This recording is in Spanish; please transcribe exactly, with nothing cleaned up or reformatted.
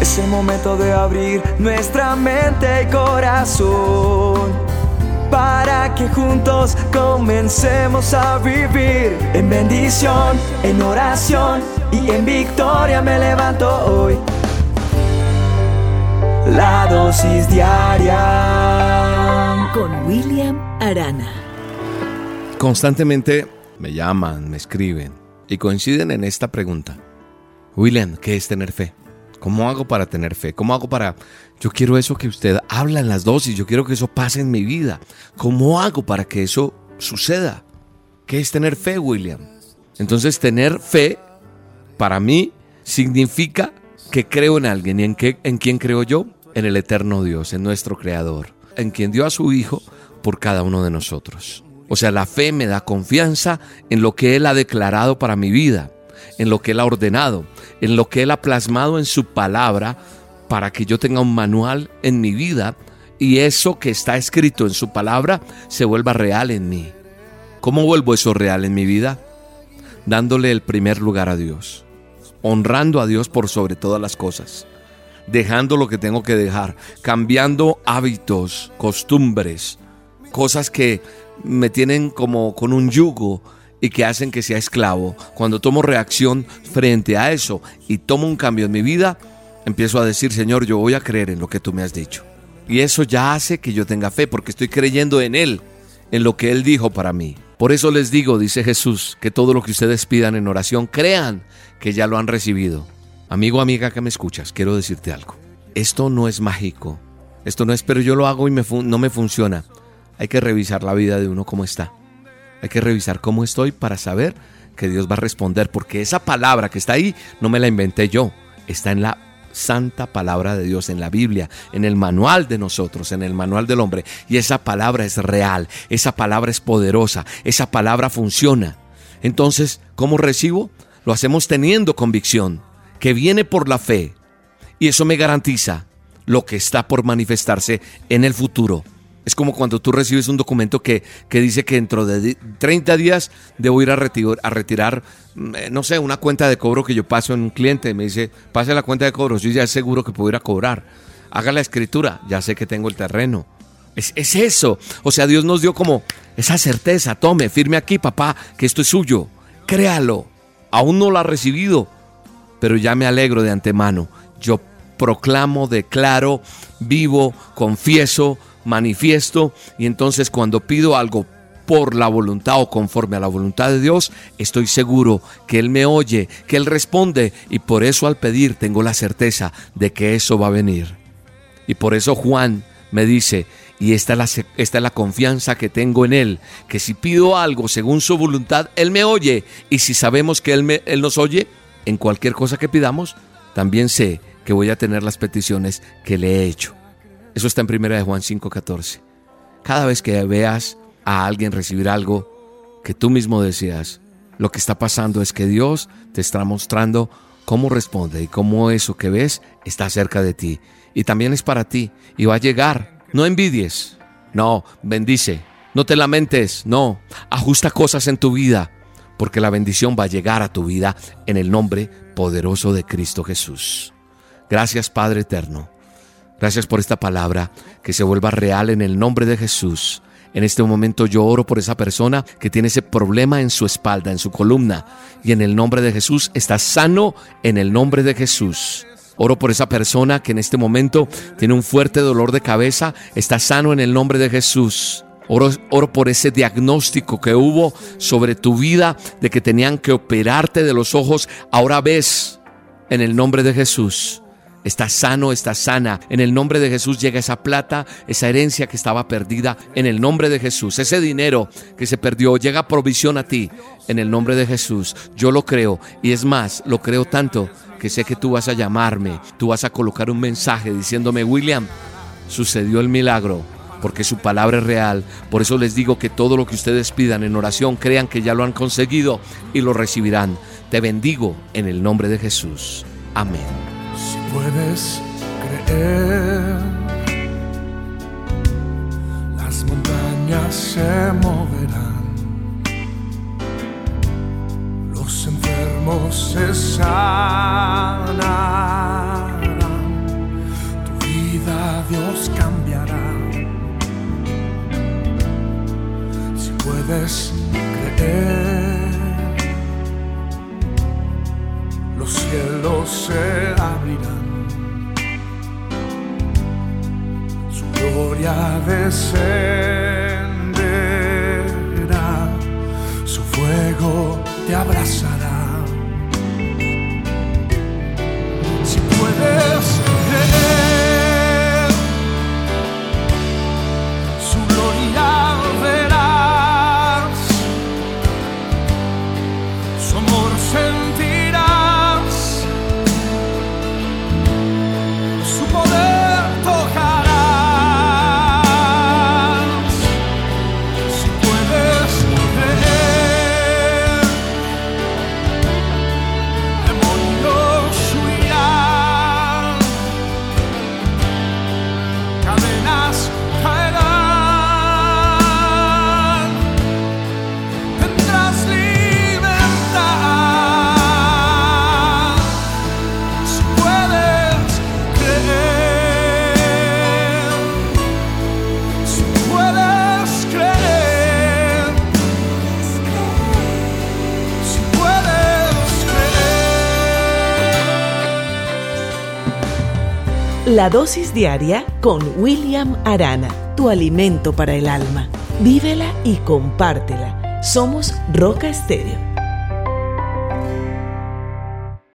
Es el momento de abrir nuestra mente y corazón para que juntos comencemos a vivir en bendición, en oración y en victoria. Me levanto hoy. La dosis diaria con William Arana. Constantemente me llaman, me escriben y coinciden en esta pregunta: William, ¿qué es tener fe? ¿Cómo hago para tener fe? ¿Cómo hago para...? Yo quiero eso que usted habla en las dosis, yo quiero que eso pase en mi vida. ¿Cómo hago para que eso suceda? ¿Qué es tener fe, William? Entonces, tener fe, para mí, significa que creo en alguien. ¿Y en qué, en quién creo yo? En el eterno Dios, en nuestro Creador, en quien dio a su Hijo por cada uno de nosotros. O sea, la fe me da confianza en lo que Él ha declarado para mi vida, en lo que Él ha ordenado, en lo que Él ha plasmado en su palabra para que yo tenga un manual en mi vida y eso que está escrito en su palabra se vuelva real en mí. ¿Cómo vuelvo eso real en mi vida? Dándole el primer lugar a Dios, honrando a Dios por sobre todas las cosas, dejando lo que tengo que dejar, cambiando hábitos, costumbres, cosas que me tienen como con un yugo y que hacen que sea esclavo. Cuando tomo reacción frente a eso y tomo un cambio en mi vida, empiezo a decir: Señor, yo voy a creer en lo que tú me has dicho. Y eso ya hace que yo tenga fe, porque estoy creyendo en Él, en lo que Él dijo para mí. Por eso les digo, dice Jesús, que todo lo que ustedes pidan en oración, crean que ya lo han recibido. Amigo, amiga que me escuchas, quiero decirte algo. Esto no es mágico. Esto no es, pero yo lo hago y me fun- no me funciona. Hay que revisar la vida de uno cómo está. Hay que revisar cómo estoy para saber que Dios va a responder, porque esa palabra que está ahí no me la inventé yo, está en la santa palabra de Dios, en la Biblia, en el manual de nosotros, en el manual del hombre, y esa palabra es real, esa palabra es poderosa, esa palabra funciona. Entonces, ¿cómo recibo? Lo hacemos teniendo convicción, que viene por la fe, y eso me garantiza lo que está por manifestarse en el futuro. Es como cuando tú recibes un documento que, que dice que dentro de treinta días debo ir a retirar, a retirar, no sé, una cuenta de cobro que yo paso en un cliente. Me dice: pase la cuenta de cobros, yo ya es seguro que puedo ir a cobrar. Haga la escritura, ya sé que tengo el terreno. Es, es eso. O sea, Dios nos dio como esa certeza: tome, firme aquí, papá, que esto es suyo. Créalo. Aún no lo ha recibido, pero ya me alegro de antemano. Yo proclamo, declaro, vivo, confieso, manifiesto, y entonces cuando pido algo por la voluntad o conforme a la voluntad de Dios, estoy seguro que Él me oye, que Él responde, y por eso al pedir tengo la certeza de que eso va a venir. Y por eso Juan me dice, y esta es la, esta es la confianza que tengo en Él, que si pido algo según su voluntad, Él me oye, y si sabemos que Él, me, Él nos oye, en cualquier cosa que pidamos, también sé que voy a tener las peticiones que le he hecho. Eso está en primera de Juan cinco catorce. Cada vez que veas a alguien recibir algo que tú mismo deseas, lo que está pasando es que Dios te está mostrando cómo responde y cómo eso que ves está cerca de ti. Y también es para ti y va a llegar. No envidies, no, bendice. No te lamentes, no. Ajusta cosas en tu vida, porque la bendición va a llegar a tu vida en el nombre poderoso de Cristo Jesús. Gracias, Padre eterno. Gracias por esta palabra, que se vuelva real en el nombre de Jesús. En este momento yo oro por esa persona que tiene ese problema en su espalda, en su columna, y en el nombre de Jesús está sano en el nombre de Jesús. Oro por esa persona que en este momento tiene un fuerte dolor de cabeza, está sano en el nombre de Jesús. Oro, oro por ese diagnóstico que hubo sobre tu vida de que tenían que operarte de los ojos. Ahora ves en el nombre de Jesús. Estás sano, estás sana. En el nombre de Jesús llega esa plata, esa herencia que estaba perdida. En el nombre de Jesús, ese dinero que se perdió, llega provisión a ti. En el nombre de Jesús, yo lo creo. Y es más, lo creo tanto que sé que tú vas a llamarme. Tú vas a colocar un mensaje diciéndome: William, sucedió el milagro, porque su palabra es real. Por eso les digo que todo lo que ustedes pidan en oración, crean que ya lo han conseguido y lo recibirán. Te bendigo en el nombre de Jesús. Amén. Si puedes creer, las montañas se moverán, los enfermos se sanarán. se abrirán, su gloria descenderá, su fuego te abrazará. Si puedes creer, su gloria verás, su amor sentirás, su poder tocarás. Si puedes creer, demonios huirán, cadenas caerán, tendrás libertad. Si puedes creer, si puedes creer, si puedes creer. La dosis diaria con William Arana, tu alimento para el alma. Vívela y compártela. Somos Roca Estéreo.